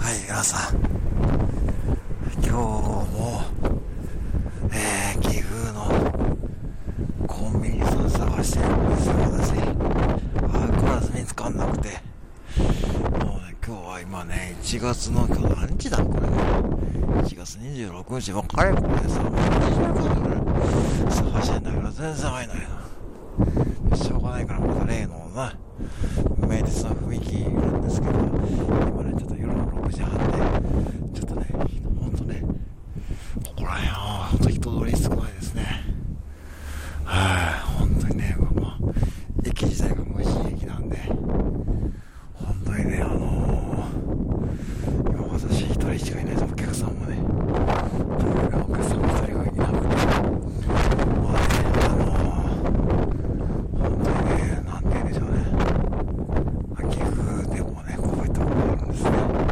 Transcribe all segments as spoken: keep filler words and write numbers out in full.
はい、皆さん、今日も、えー、岐阜のコンビニさん探してるんですよ、私。相変わらず見つかんなくて。もうね、今日は今ね、いちがつの、今日何日だこれね。いちがつにじゅうろくにち、もうかれこれさ、もうにじゅうかんぐらい探してんだけど、全然会えないな。しょうがないから、また例のな、名鉄の踏切なんですけど、今ね、ちょっと夜のろくじはんで、ちょっとね、ほんとね、ここら辺はほんと人通り少ないですね。はい、ほんとにね、まあ、駅自体が無人駅なんで、ほんとにね、あのー、今私一人しかいないとお客さんもね、お客さんも一人がいなくて、まあね、あのー、ほんとにね、なんて言うんでしょうね。岐阜でもね、こういったことがあるんですね。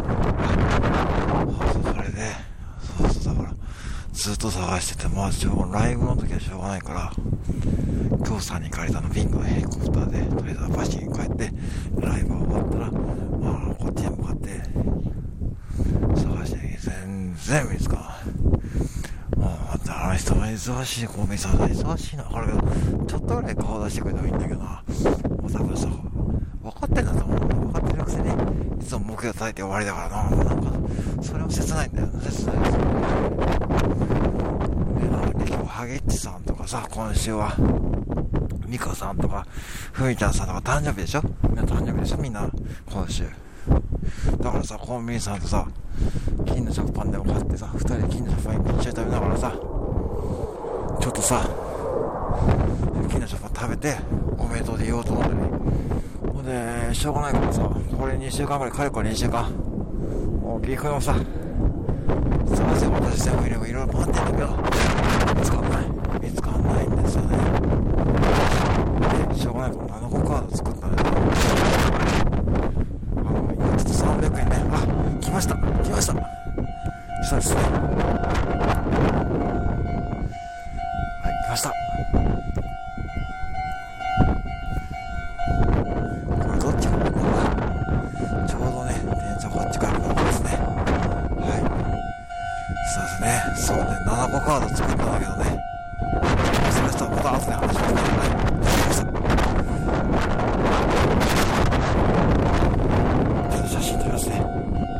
そうそう、それで、そうそう、だから、ずっと探してて、まあ、しょうライブの時はしょうがないから、京さんに借りたのピンクのヘリコプターで、とりあえずバシに帰って、ライブが終わったら、まあ、こっちへ向かって、探して、全然見つからない。もう、またあの人が忙しい、コンビニさんが忙しいのわかるけど、ちょっとぐらい顔出してくれてもいいんだけどな。もう多分さ、分かってんだと思う。分かってるくせに、いつも目標叩いて終わりだからな。もうなんか、それも切ないんだよ。切ないですよ。で、なんかね、今日、ハゲッチさんとかさ、今週は、ミカさんとか、ふみちゃんさんとか誕生日でしょ？みんな誕生日でしょ？みんな、今週。だからさ、コンビニさんとさ、金の食パンでも買ってさ、二人で金の食パン一緒に食べながらさ、ちょっとさ、金の食パン食べて、おめでとうで言おうと思ってね。ほんで、しょうがないからさ、これにしゅうかんぐらい、かれこれにしゅうかん、もう岐阜のさ、探せば私全部入ればいろいろ回ってんだけど、見つかんない。見つかんないんですよね。で、しょうがないからななこカード作ったんだけど、あの、今ちょっとさんびゃくえんね。あ、来ました。来ました。そうですね。はい、来ました。これどっちが僕はちょうどね、電車こっちから来るんですね。はい。そうですね。そうね、ななこカード作ったんだけどね。その人はまた後で話しますね。はい。ちょっと写真撮りますね。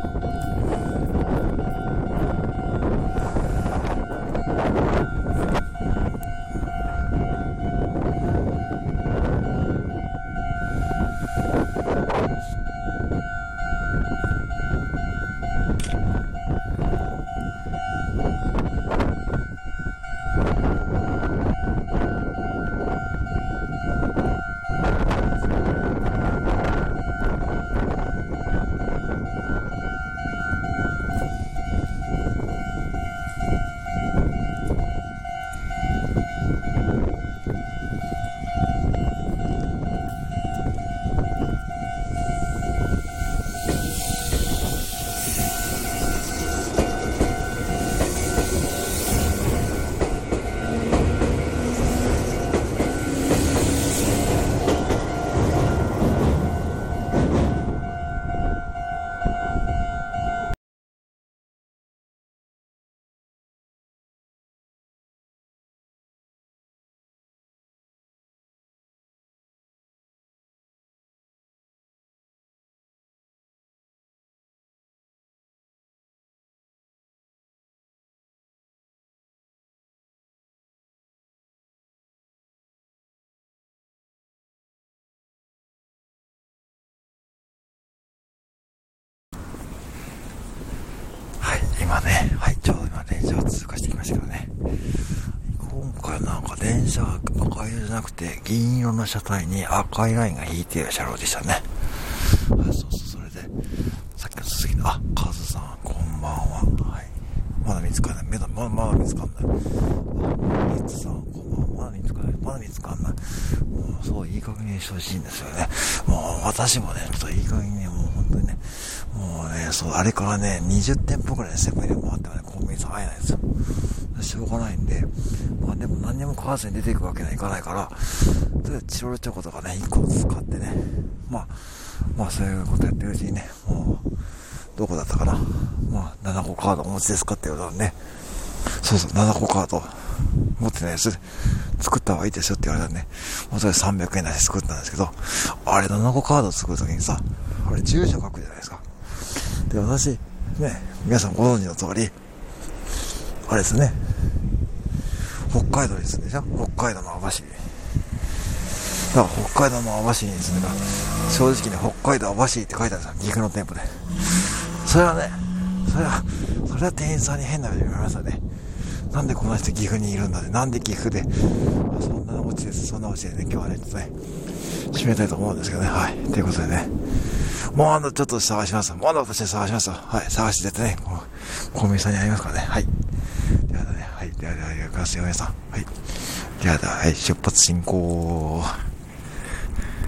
今ね、はい、ちょうど今電車を通過してきましたけどね。今回なんか電車が赤色じゃなくて銀色の車体に赤いラインが引いている車両でしたね。はい、そうそう、それで、さっきの続きの、あ、カズさん、こんばんは。はい。まだ見つかんない。まだ、まだ、まだ見つかんない。あ、リッツさん、こんばんは。まだ見つかんない。まだ見つかんない。もう、そう、いい加減にしてほしいんですよね。もう、私もね、ちょっといい加減にね、もう本当にね、もうね、そう、あれからね、にじゅってんぽぐらいセブンイレブン回ってもね、コンビニさん会えないんですよ。しょうがないんで、まあでも何にも買わずに出ていくわけにはいかないから、とりあえずチロルチョコとかね、いっこずつ買ってね、まあ、まあそういうことやってるうちにね、もう、 どこだったかな、まあ、ななこカードお持ちですかって言われたらね、そうそう、ななこカード持ってないやつ作った方がいいですよって言われたらね、もうそれさんびゃくえん出して作ったんですけど、あれななこカード作るときにさ、あれ住所書くじゃないですか。で、私ね、皆さんご存知の通りあれですね、北海道に住んでるでしょ。北海道の網走、だから北海道の網走に住んでる、正直ね、北海道網走って書いてあるんですよ、岐阜の店舗で。それはね、それはそれは店員さんに変な目で言われましたね。なんでこの人岐阜にいるんだね、なんで岐阜で、そんなオチです、そんなオチでね、今日はね、ちょっとね、締めたいと思うんですけどね、はい、ということでね、もうあの、ちょっと探します。もうあの、私は探しますよ。はい、探しててね、コンビニさんにありますからね、はい。ではね、はい、ではでは、では、皆さん、はい。ではでは、はい、出発進行。